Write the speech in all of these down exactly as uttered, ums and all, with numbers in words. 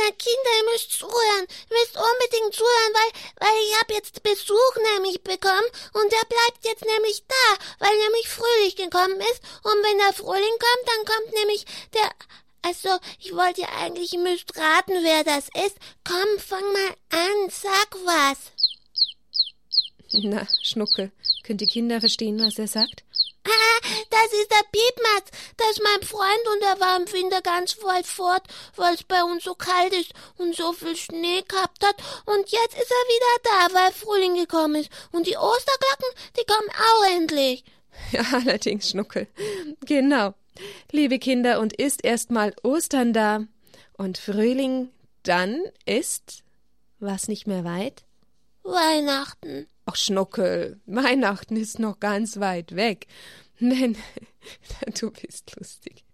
Na Kinder, ihr müsst zuhören. Ihr müsst unbedingt zuhören, weil, weil ich habe jetzt Besuch nämlich bekommen und der bleibt jetzt nämlich da, weil nämlich Frühling gekommen ist. Und wenn der Frühling kommt, dann kommt nämlich der... Also, ich wollte ja eigentlich, ihr müsst raten, wer das ist. Komm, fang mal an, sag was. Na, Schnuckel, könnt die Kinder verstehen, was er sagt? Ah, das ist der Piepmatz. Das ist mein Freund und er war im Winter ganz weit fort, weil es bei uns so kalt ist und so viel Schnee gehabt hat. Und jetzt ist er wieder da, weil Frühling gekommen ist. Und die Osterglocken, die kommen auch endlich. Ja, allerdings, Schnuckel. Genau. Liebe Kinder, und ist erst mal Ostern da und Frühling, dann ist, was nicht mehr weit? Weihnachten. Ach, Schnuckel, Weihnachten ist noch ganz weit weg. Denn, du bist lustig.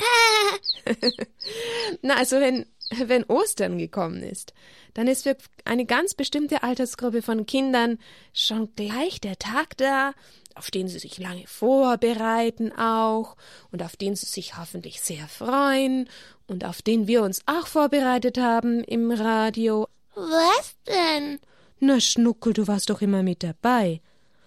Na, also wenn, wenn Ostern gekommen ist, dann ist für eine ganz bestimmte Altersgruppe von Kindern schon gleich der Tag da, auf den sie sich lange vorbereiten auch und auf den sie sich hoffentlich sehr freuen und auf den wir uns auch vorbereitet haben im Radio. Was denn? Na, Schnuckel, du warst doch immer mit dabei.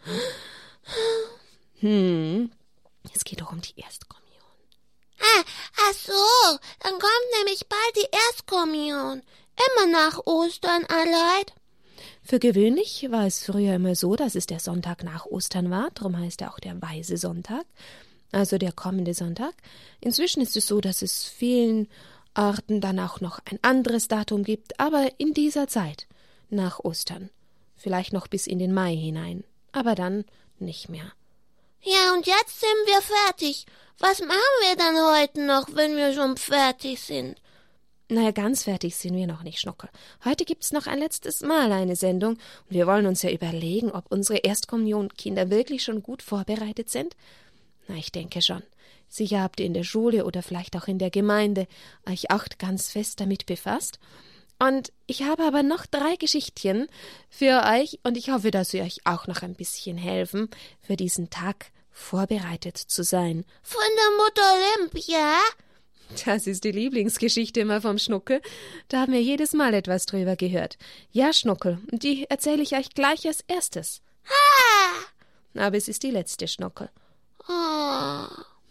Hm, es geht doch um die Erstkommunion. Ah, ach so, dann kommt nämlich bald die Erstkommunion. Immer nach Ostern, Adelheid. Für gewöhnlich war es früher immer so, dass es der Sonntag nach Ostern war, darum heißt er auch der Weise Sonntag, also der kommende Sonntag. Inzwischen ist es so, dass es vielen Orten dann auch noch ein anderes Datum gibt, aber in dieser Zeit, nach Ostern, vielleicht noch bis in den Mai hinein, aber dann nicht mehr. Ja, und jetzt sind wir fertig. Was machen wir dann heute noch, wenn wir schon fertig sind? Naja, ganz fertig sind wir noch nicht, Schnuckel. Heute gibt's noch ein letztes Mal eine Sendung und wir wollen uns ja überlegen, ob unsere Erstkommunion-Kinder wirklich schon gut vorbereitet sind. Na, ich denke schon. Sicher habt ihr in der Schule oder vielleicht auch in der Gemeinde euch auch ganz fest damit befasst. Und ich habe aber noch drei Geschichtchen für euch und ich hoffe, dass sie euch auch noch ein bisschen helfen, für diesen Tag vorbereitet zu sein. Von der Mutter Olympia? Das ist die Lieblingsgeschichte immer vom Schnuckel. Da haben wir jedes Mal etwas drüber gehört. Ja, Schnuckel, und die erzähle ich euch gleich als erstes. Ah! Aber es ist die letzte, Schnuckel. Oh.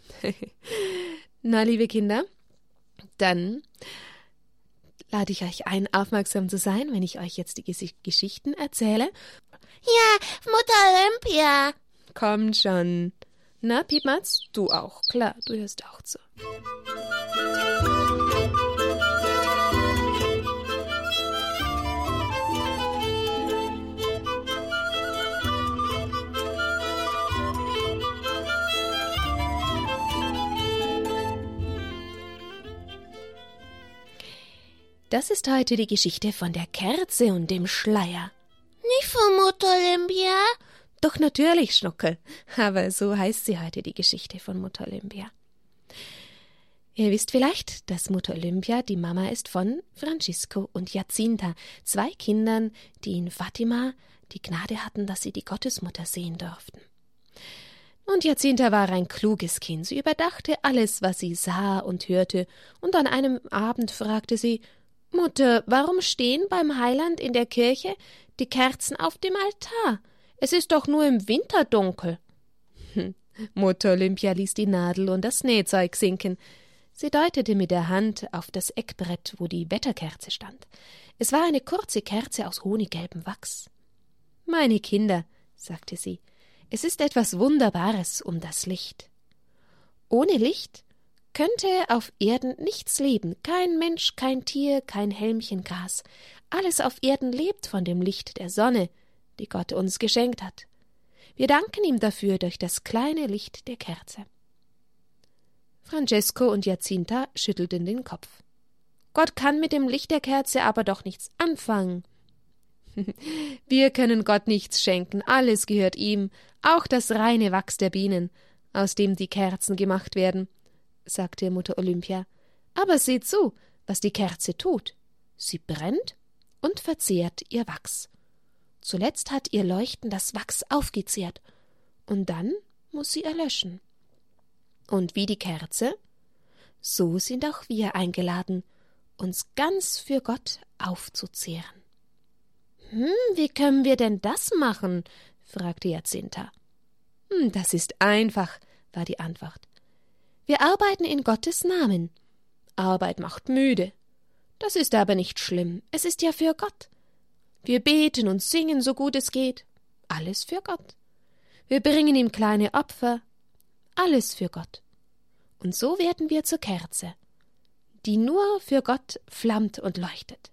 Na, liebe Kinder, dann lade ich euch ein, aufmerksam zu sein, wenn ich euch jetzt die Ges- Geschichten erzähle. Ja, Mutter Olympia. Kommt schon. Na, Piepmatz, du auch. Klar, du hörst auch zu. Das ist heute die Geschichte von der Kerze und dem Schleier. Nicht von Mutter Olympia? Doch natürlich, Schnuckel. Aber so heißt sie heute, die Geschichte von Mutter Olympia. Ihr wisst vielleicht, dass Mutter Olympia die Mama ist von Francisco und Jacinta, zwei Kindern, die in Fatima die Gnade hatten, dass sie die Gottesmutter sehen durften. Und Jacinta war ein kluges Kind. Sie überdachte alles, was sie sah und hörte, und an einem Abend fragte sie: Mutter, warum stehen beim Heiland in der Kirche die Kerzen auf dem Altar? Es ist doch nur im Winter dunkel. Hm. Mutter Olympia ließ die Nadel und das Nähzeug sinken. Sie deutete mit der Hand auf das Eckbrett, wo die Wetterkerze stand. Es war eine kurze Kerze aus honiggelbem Wachs. »Meine Kinder«, sagte sie, »es ist etwas Wunderbares um das Licht. Ohne Licht könnte auf Erden nichts leben, kein Mensch, kein Tier, kein Hälmchen Gras. Alles auf Erden lebt von dem Licht der Sonne, die Gott uns geschenkt hat. Wir danken ihm dafür durch das kleine Licht der Kerze.« Francesco und Jacinta schüttelten den Kopf. »Gott kann mit dem Licht der Kerze aber doch nichts anfangen.« »Wir können Gott nichts schenken, alles gehört ihm, auch das reine Wachs der Bienen, aus dem die Kerzen gemacht werden«, sagte Mutter Olympia. »Aber seht zu, was die Kerze tut. Sie brennt und verzehrt ihr Wachs. Zuletzt hat ihr Leuchten das Wachs aufgezehrt, und dann muß sie erlöschen. Und wie die Kerze, so sind auch wir eingeladen, uns ganz für Gott aufzuzehren. »Hm, wie können wir denn das machen?« fragte Jacinta. »Hm, das ist einfach«, war die Antwort. »Wir arbeiten in Gottes Namen. Arbeit macht müde. Das ist aber nicht schlimm, es ist ja für Gott. Wir beten und singen, so gut es geht. Alles für Gott. Wir bringen ihm kleine Opfer. Alles für Gott. Und so werden wir zur Kerze, die nur für Gott flammt und leuchtet.«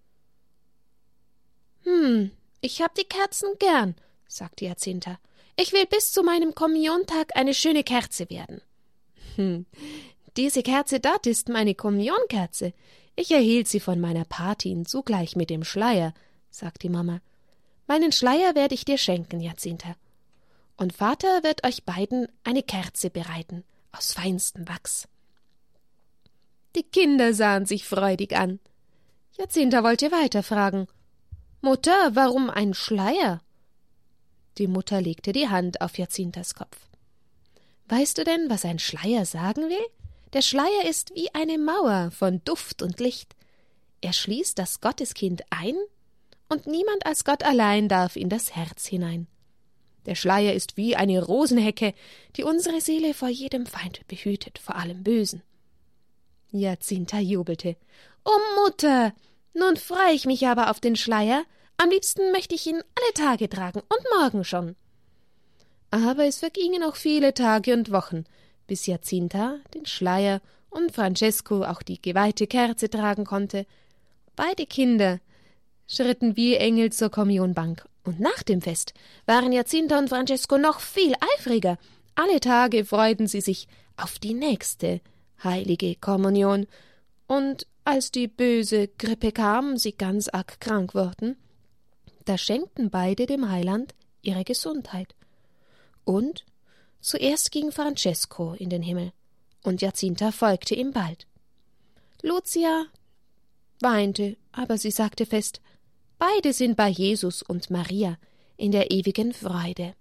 »Hm, ich hab die Kerzen gern«, sagte Jacinta. »Ich will bis zu meinem Kommuniontag eine schöne Kerze werden.« »Hm, diese Kerze dort ist meine Kommunionkerze. Ich erhielt sie von meiner Patin zugleich mit dem Schleier«, sagte die Mama. »Meinen Schleier werde ich dir schenken, Jacinta. Und Vater wird euch beiden eine Kerze bereiten, aus feinstem Wachs.« Die Kinder sahen sich freudig an. Jacinta wollte weiterfragen. »Mutter, warum ein Schleier?« Die Mutter legte die Hand auf Jacintas Kopf. »Weißt du denn, was ein Schleier sagen will? Der Schleier ist wie eine Mauer von Duft und Licht. Er schließt das Gotteskind ein, und niemand als Gott allein darf in das Herz hinein. Der Schleier ist wie eine Rosenhecke, die unsere Seele vor jedem Feind behütet, vor allem Bösen.« Jacinta jubelte. »Oh Mutter, nun freue ich mich aber auf den Schleier. Am liebsten möchte ich ihn alle Tage tragen und morgen schon.« Aber es vergingen auch viele Tage und Wochen, bis Jacinta den Schleier und Francesco auch die geweihte Kerze tragen konnte. Beide Kinder schritten wie Engel zur Kommunionbank, und nach dem Fest waren Jacinta und Francesco noch viel eifriger. Alle Tage freuten sie sich auf die nächste heilige Kommunion, und als die böse Grippe kam, sie ganz arg krank wurden, da schenkten beide dem Heiland ihre Gesundheit. Und zuerst ging Francesco in den Himmel, und Jacinta folgte ihm bald. Lucia weinte, aber sie sagte fest, beide sind bei Jesus und Maria in der ewigen Freude.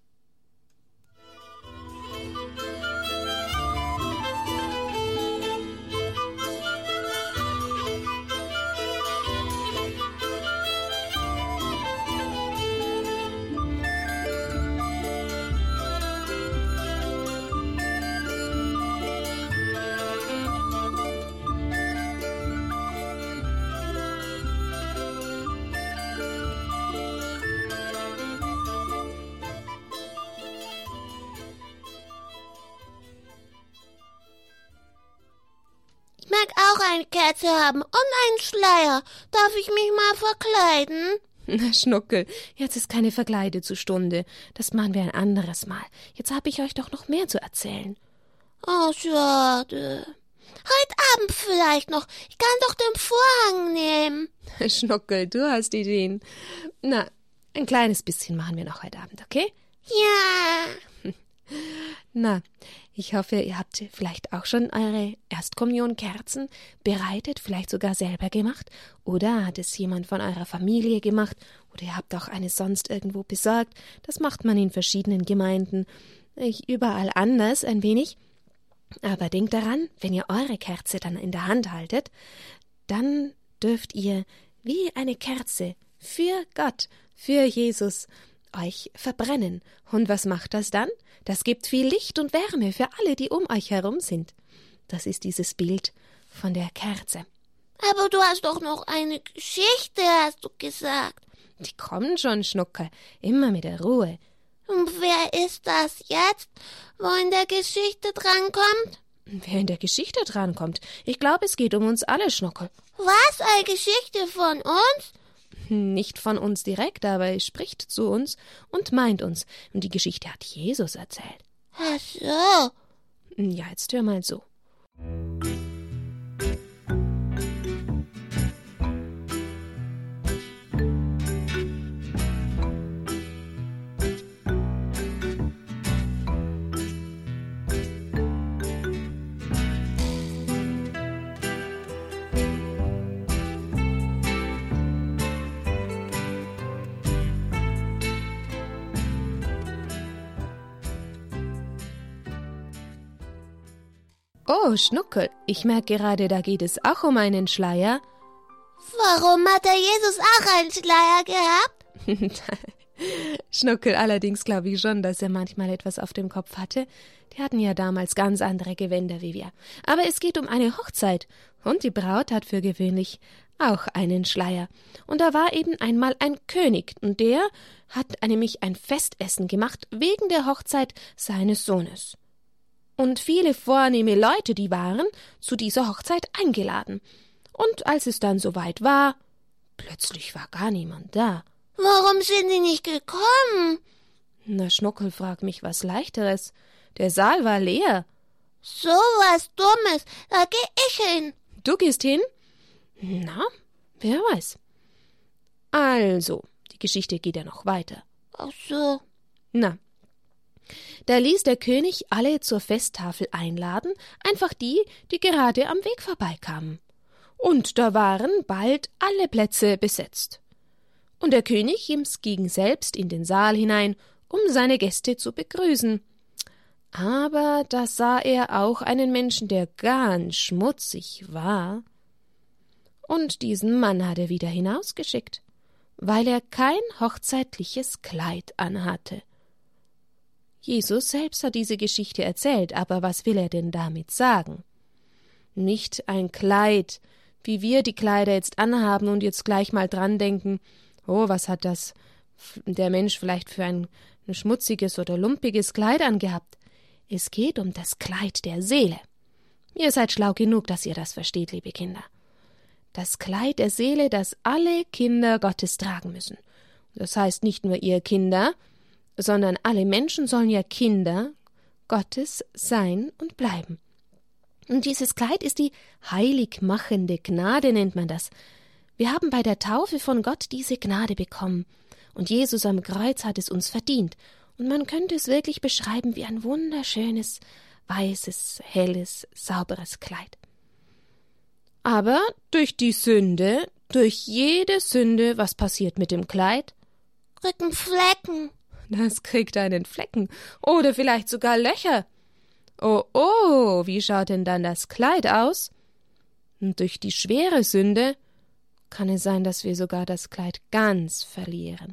Ich mag auch eine Kerze haben und einen Schleier. Darf ich mich mal verkleiden? Na, Schnuckel, jetzt ist keine Verkleide zur Stunde. Das machen wir ein anderes Mal. Jetzt habe ich euch doch noch mehr zu erzählen. Oh, schade. Heute Abend vielleicht noch. Ich kann doch den Vorhang nehmen. Schnuckel, du hast Ideen. Na, ein kleines bisschen machen wir noch heute Abend, okay? Ja. Na, ich hoffe, ihr habt vielleicht auch schon eure Erstkommunionkerzen bereitet, vielleicht sogar selber gemacht, oder hat es jemand von eurer Familie gemacht, oder ihr habt auch eine sonst irgendwo besorgt. Das macht man in verschiedenen Gemeinden, überall anders ein wenig. Aber denkt daran, wenn ihr eure Kerze dann in der Hand haltet, dann dürft ihr wie eine Kerze für Gott, für Jesus euch verbrennen. Und was macht das dann? Das gibt viel Licht und Wärme für alle, die um euch herum sind. Das ist dieses Bild von der Kerze. Aber du hast doch noch eine Geschichte, hast du gesagt. Die kommt schon, Schnuckel, immer mit der Ruhe. Und wer ist das jetzt, wo in der Geschichte drankommt? Wer in der Geschichte drankommt? Ich glaube, es geht um uns alle, Schnuckel. Was, eine Geschichte von uns? Nicht von uns direkt, aber er spricht zu uns und meint uns. Und die Geschichte hat Jesus erzählt. Ach so. Ja, jetzt hör mal so. Oh, Schnuckel, ich merke gerade, da geht es auch um einen Schleier. Warum hat der Jesus auch einen Schleier gehabt? Schnuckel, allerdings glaube ich schon, dass er manchmal etwas auf dem Kopf hatte. Die hatten ja damals ganz andere Gewänder wie wir. Aber es geht um eine Hochzeit, und die Braut hat für gewöhnlich auch einen Schleier. Und da war eben einmal ein König, und der hat nämlich ein Festessen gemacht wegen der Hochzeit seines Sohnes. Und viele vornehme Leute, die waren zu dieser Hochzeit eingeladen. Und als es dann soweit war, plötzlich war gar niemand da. Warum sind die nicht gekommen? Na, Schnuckel, frag mich was Leichteres. Der Saal war leer. So was Dummes, da geh ich hin. Du gehst hin? Na, wer weiß. Also, die Geschichte geht ja noch weiter. Ach so. Na, da ließ der König alle zur Festtafel einladen, einfach die, die gerade am Weg vorbeikamen. Und da waren bald alle Plätze besetzt. Und der König ging selbst in den Saal hinein, um seine Gäste zu begrüßen. Aber da sah er auch einen Menschen, der ganz schmutzig war. Und diesen Mann hat er wieder hinausgeschickt, weil er kein hochzeitliches Kleid anhatte. Jesus selbst hat diese Geschichte erzählt, aber was will er denn damit sagen? Nicht ein Kleid, wie wir die Kleider jetzt anhaben und jetzt gleich mal dran denken, oh, was hat das der Mensch vielleicht für ein, ein schmutziges oder lumpiges Kleid angehabt? Es geht um das Kleid der Seele. Ihr seid schlau genug, dass ihr das versteht, liebe Kinder. Das Kleid der Seele, das alle Kinder Gottes tragen müssen. Das heißt nicht nur ihr Kinder, sondern alle Menschen sollen ja Kinder Gottes sein und bleiben. Und dieses Kleid ist die heiligmachende Gnade, nennt man das. Wir haben bei der Taufe von Gott diese Gnade bekommen. Und Jesus am Kreuz hat es uns verdient. Und man könnte es wirklich beschreiben wie ein wunderschönes, weißes, helles, sauberes Kleid. Aber durch die Sünde, durch jede Sünde, was passiert mit dem Kleid? Kriegen Flecken. Das kriegt einen Flecken oder vielleicht sogar Löcher. Oh, oh, wie schaut denn dann das Kleid aus? Und durch die schwere Sünde kann es sein, dass wir sogar das Kleid ganz verlieren.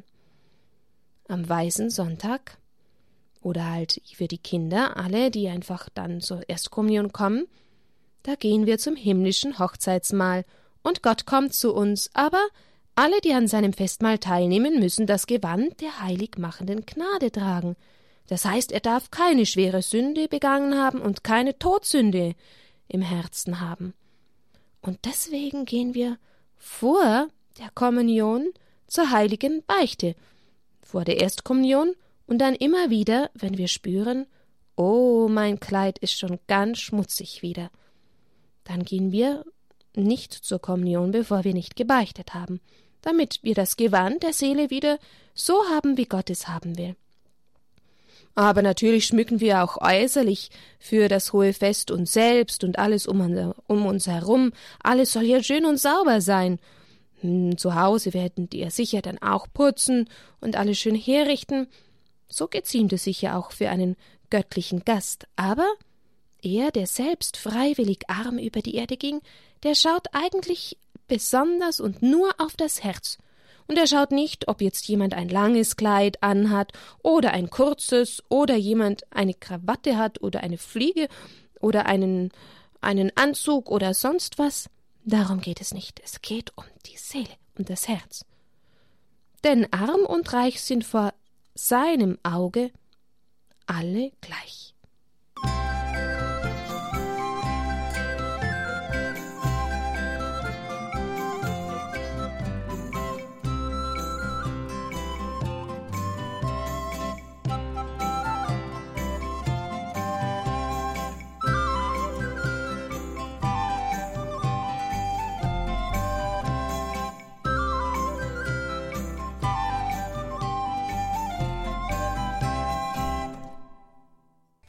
Am Weißen Sonntag oder halt für die Kinder, alle, die einfach dann zur Erstkommunion kommen, da gehen wir zum himmlischen Hochzeitsmahl und Gott kommt zu uns, aber alle, die an seinem Festmahl teilnehmen, müssen das Gewand der heiligmachenden Gnade tragen. Das heißt, er darf keine schwere Sünde begangen haben und keine Todsünde im Herzen haben. Und deswegen gehen wir vor der Kommunion zur heiligen Beichte, vor der Erstkommunion und dann immer wieder, wenn wir spüren, oh, mein Kleid ist schon ganz schmutzig wieder. Dann gehen wir nicht zur Kommunion, bevor wir nicht gebeichtet haben, damit wir das Gewand der Seele wieder so haben, wie Gott es haben will. Aber natürlich schmücken wir auch äußerlich für das hohe Fest uns selbst und alles um, um uns herum. Alles soll ja schön und sauber sein. Hm, zu Hause werden wir sicher dann auch putzen und alles schön herrichten. So geziemt es sich ja auch für einen göttlichen Gast. Aber er, der selbst freiwillig arm über die Erde ging, der schaut eigentlich besonders und nur auf das Herz. Und er schaut nicht, ob jetzt jemand ein langes Kleid anhat oder ein kurzes oder jemand eine Krawatte hat oder eine Fliege oder einen, einen Anzug oder sonst was. Darum geht es nicht. Es geht um die Seele, um das Herz. Denn arm und reich sind vor seinem Auge alle gleich.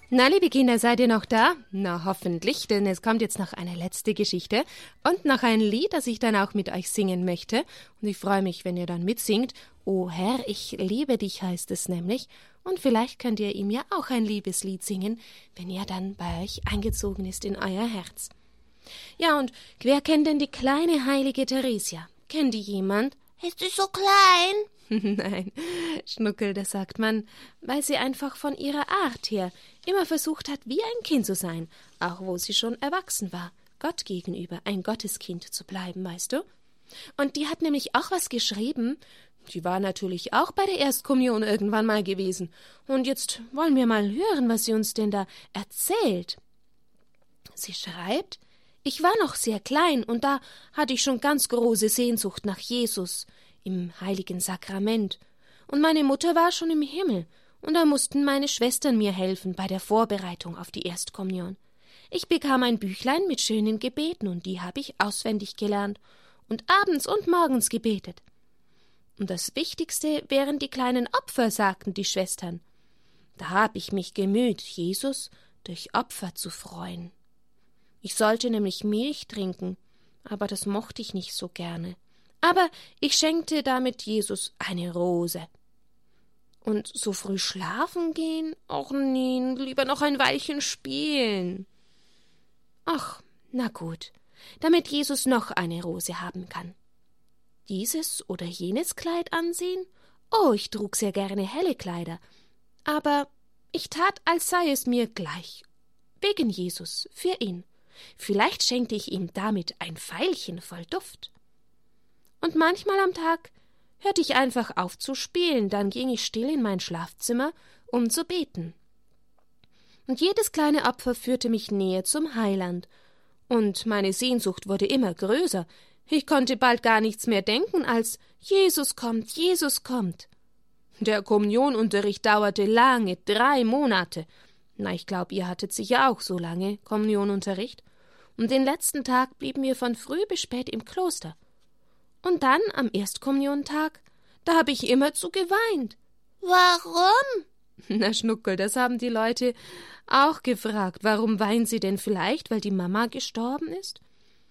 Na, liebe Kinder, seid ihr noch da? Na, hoffentlich, denn es kommt jetzt noch eine letzte Geschichte und noch ein Lied, das ich dann auch mit euch singen möchte. Und ich freue mich, wenn ihr dann mitsingt. O Herr, ich liebe dich, heißt es nämlich. Und vielleicht könnt ihr ihm ja auch ein Liebeslied singen, wenn er dann bei euch eingezogen ist in euer Herz. Ja, und wer kennt denn die kleine heilige Theresia? Kennt die jemand? Ist sie so klein? Nein, Schnuckel, das sagt man, weil sie einfach von ihrer Art her immer versucht hat, wie ein Kind zu sein, auch wo sie schon erwachsen war, Gott gegenüber ein Gotteskind zu bleiben, weißt du? Und die hat nämlich auch was geschrieben. Die war natürlich auch bei der Erstkommunion irgendwann mal gewesen. Und jetzt wollen wir mal hören, was sie uns denn da erzählt. Sie schreibt: Ich war noch sehr klein, und da hatte ich schon ganz große Sehnsucht nach Jesus im heiligen Sakrament. Und meine Mutter war schon im Himmel, und da mussten meine Schwestern mir helfen bei der Vorbereitung auf die Erstkommunion. Ich bekam ein Büchlein mit schönen Gebeten, und die habe ich auswendig gelernt und abends und morgens gebetet. Und das Wichtigste wären die kleinen Opfer, sagten die Schwestern. Da habe ich mich gemüht, Jesus durch Opfer zu freuen. Ich sollte nämlich Milch trinken, aber das mochte ich nicht so gerne. Aber ich schenkte damit Jesus eine Rose. Und so früh schlafen gehen? Ach nee, lieber noch ein Weilchen spielen. Ach, na gut, damit Jesus noch eine Rose haben kann. Dieses oder jenes Kleid ansehen? Oh, ich trug sehr gerne helle Kleider. Aber ich tat, als sei es mir gleich. Wegen Jesus, für ihn. Vielleicht schenkte ich ihm damit ein Veilchen voll Duft. Und manchmal am Tag hörte ich einfach auf zu spielen, dann ging ich still in mein Schlafzimmer, um zu beten. Und jedes kleine Opfer führte mich näher zum Heiland, und meine Sehnsucht wurde immer größer. Ich konnte bald gar nichts mehr denken als »Jesus kommt, Jesus kommt«. Der Kommunionunterricht dauerte lange, drei Monate. Na, ich glaube, ihr hattet sicher auch so lange Kommunionunterricht. Und den letzten Tag blieben wir von früh bis spät im Kloster. Und dann, am Erstkommuniontag, da habe ich immerzu geweint. Warum? Na, Schnuckel, das haben die Leute auch gefragt. Warum weint sie denn? Vielleicht, weil die Mama gestorben ist?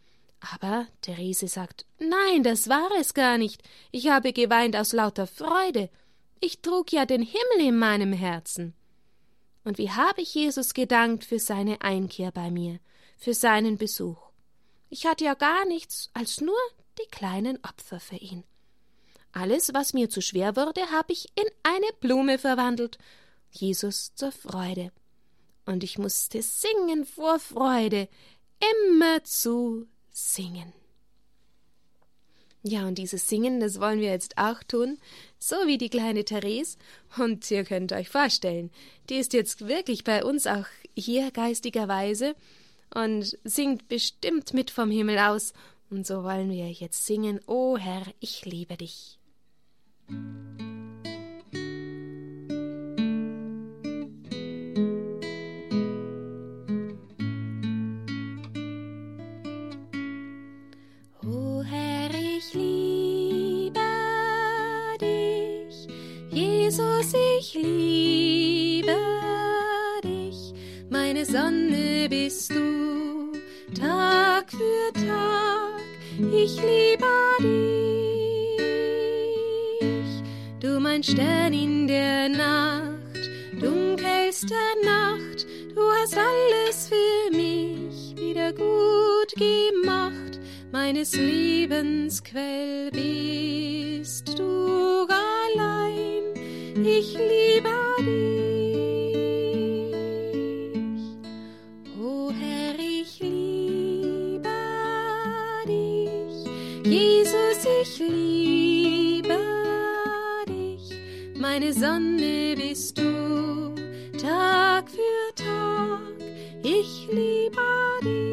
Aber Therese sagt, nein, das war es gar nicht. Ich habe geweint aus lauter Freude. Ich trug ja den Himmel in meinem Herzen. Und wie habe ich Jesus gedankt für seine Einkehr bei mir, für seinen Besuch. Ich hatte ja gar nichts als nur die kleinen Opfer für ihn. Alles, was mir zu schwer wurde, habe ich in eine Blume verwandelt, Jesus zur Freude. Und ich musste singen vor Freude, immerzu singen. Ja, und dieses Singen, das wollen wir jetzt auch tun, so wie die kleine Therese. Und ihr könnt euch vorstellen, die ist jetzt wirklich bei uns auch hier geistigerweise und singt bestimmt mit vom Himmel aus. Und so wollen wir jetzt singen, O Herr, ich liebe dich. O Herr, ich liebe dich, Jesus, ich liebe dich, meine Sonne bist du, Tag für Tag, ich liebe dich. Du mein Stern in der Nacht, dunkelster Nacht, du hast alles für mich wieder gut gemacht. Meines Lebens Quell bist du allein, ich liebe dich. O Herr, ich liebe dich, Jesus, ich liebe dich, meine Sonne bist du, Tag für Tag, ich liebe dich.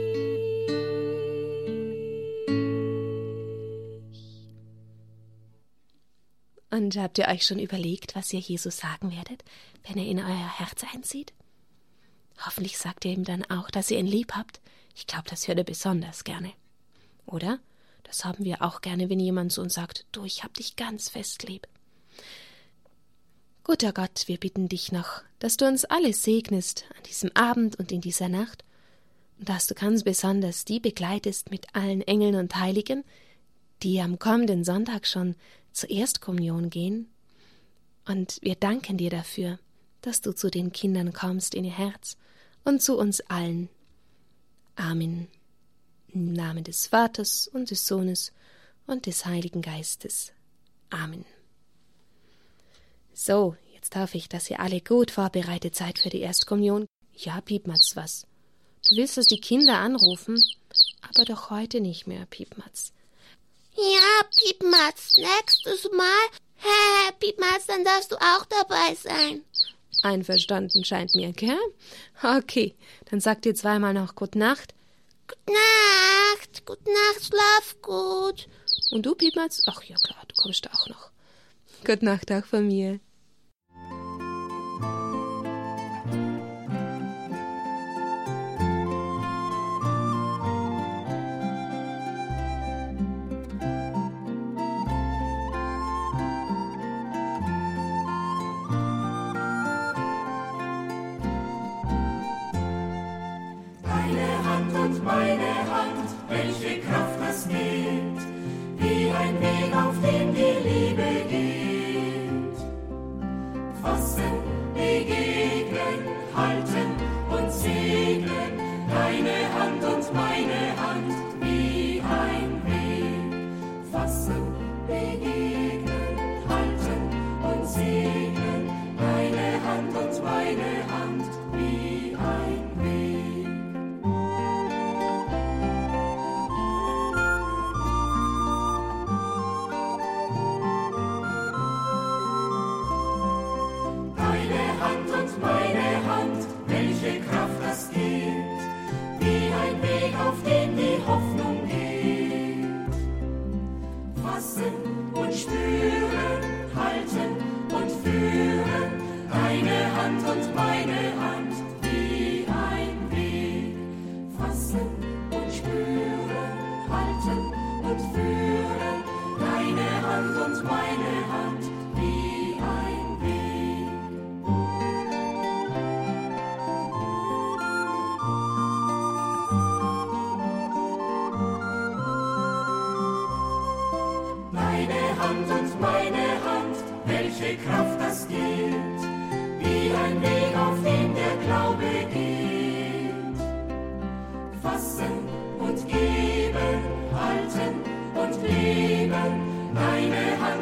Und habt ihr euch schon überlegt, was ihr Jesus sagen werdet, wenn er in euer Herz einzieht? Hoffentlich sagt ihr ihm dann auch, dass ihr ihn lieb habt. Ich glaube, das hört er besonders gerne. Oder? Das haben wir auch gerne, wenn jemand zu uns sagt, du, ich hab dich ganz fest lieb. Guter Gott, wir bitten dich noch, dass du uns alle segnest an diesem Abend und in dieser Nacht und dass du ganz besonders die begleitest mit allen Engeln und Heiligen, die am kommenden Sonntag schon zur Erstkommunion gehen. Und wir danken dir dafür, dass du zu den Kindern kommst in ihr Herz und zu uns allen. Amen. Im Namen des Vaters und des Sohnes und des Heiligen Geistes. Amen. So, jetzt hoffe ich, dass ihr alle gut vorbereitet seid für die Erstkommunion. Ja, Piepmatz, was? Du willst, dass die Kinder anrufen? Aber doch heute nicht mehr, Piepmatz. Ja, Piepmatz, nächstes Mal. Hä, Piepmatz, dann darfst du auch dabei sein. Einverstanden scheint mir, gell? Okay, dann sagt ihr zweimal noch Gute Nacht. Gute Nacht, gute Nacht, schlaf gut. Und du, Piepmatz? Ach ja, klar, du kommst auch noch. Gute Nacht auch von mir. Und meine Hand, welche Kraft das gibt, wie ein Weg, auf dem die Liebe geht. Fassen, begegnen, halten und segnen, deine Hand und meine Hand, wie ein Weg. Fassen, begegnen, halten und segnen, deine Hand und meine Hand, wie ein Weg. Meine Hand, welche Kraft das gibt, wie ein Weg, auf dem die Hoffnung geht. Fassen und spüren, halten und führen, deine Hand und meine Hand, wie ein Weg. Fassen und spüren, halten und führen, deine Hand und meine Hand, wie ein Weg. Hand und meine Hand, welche Kraft das gibt, wie ein Weg, auf dem der Glaube geht. Fassen und geben, halten und leben, deine Hand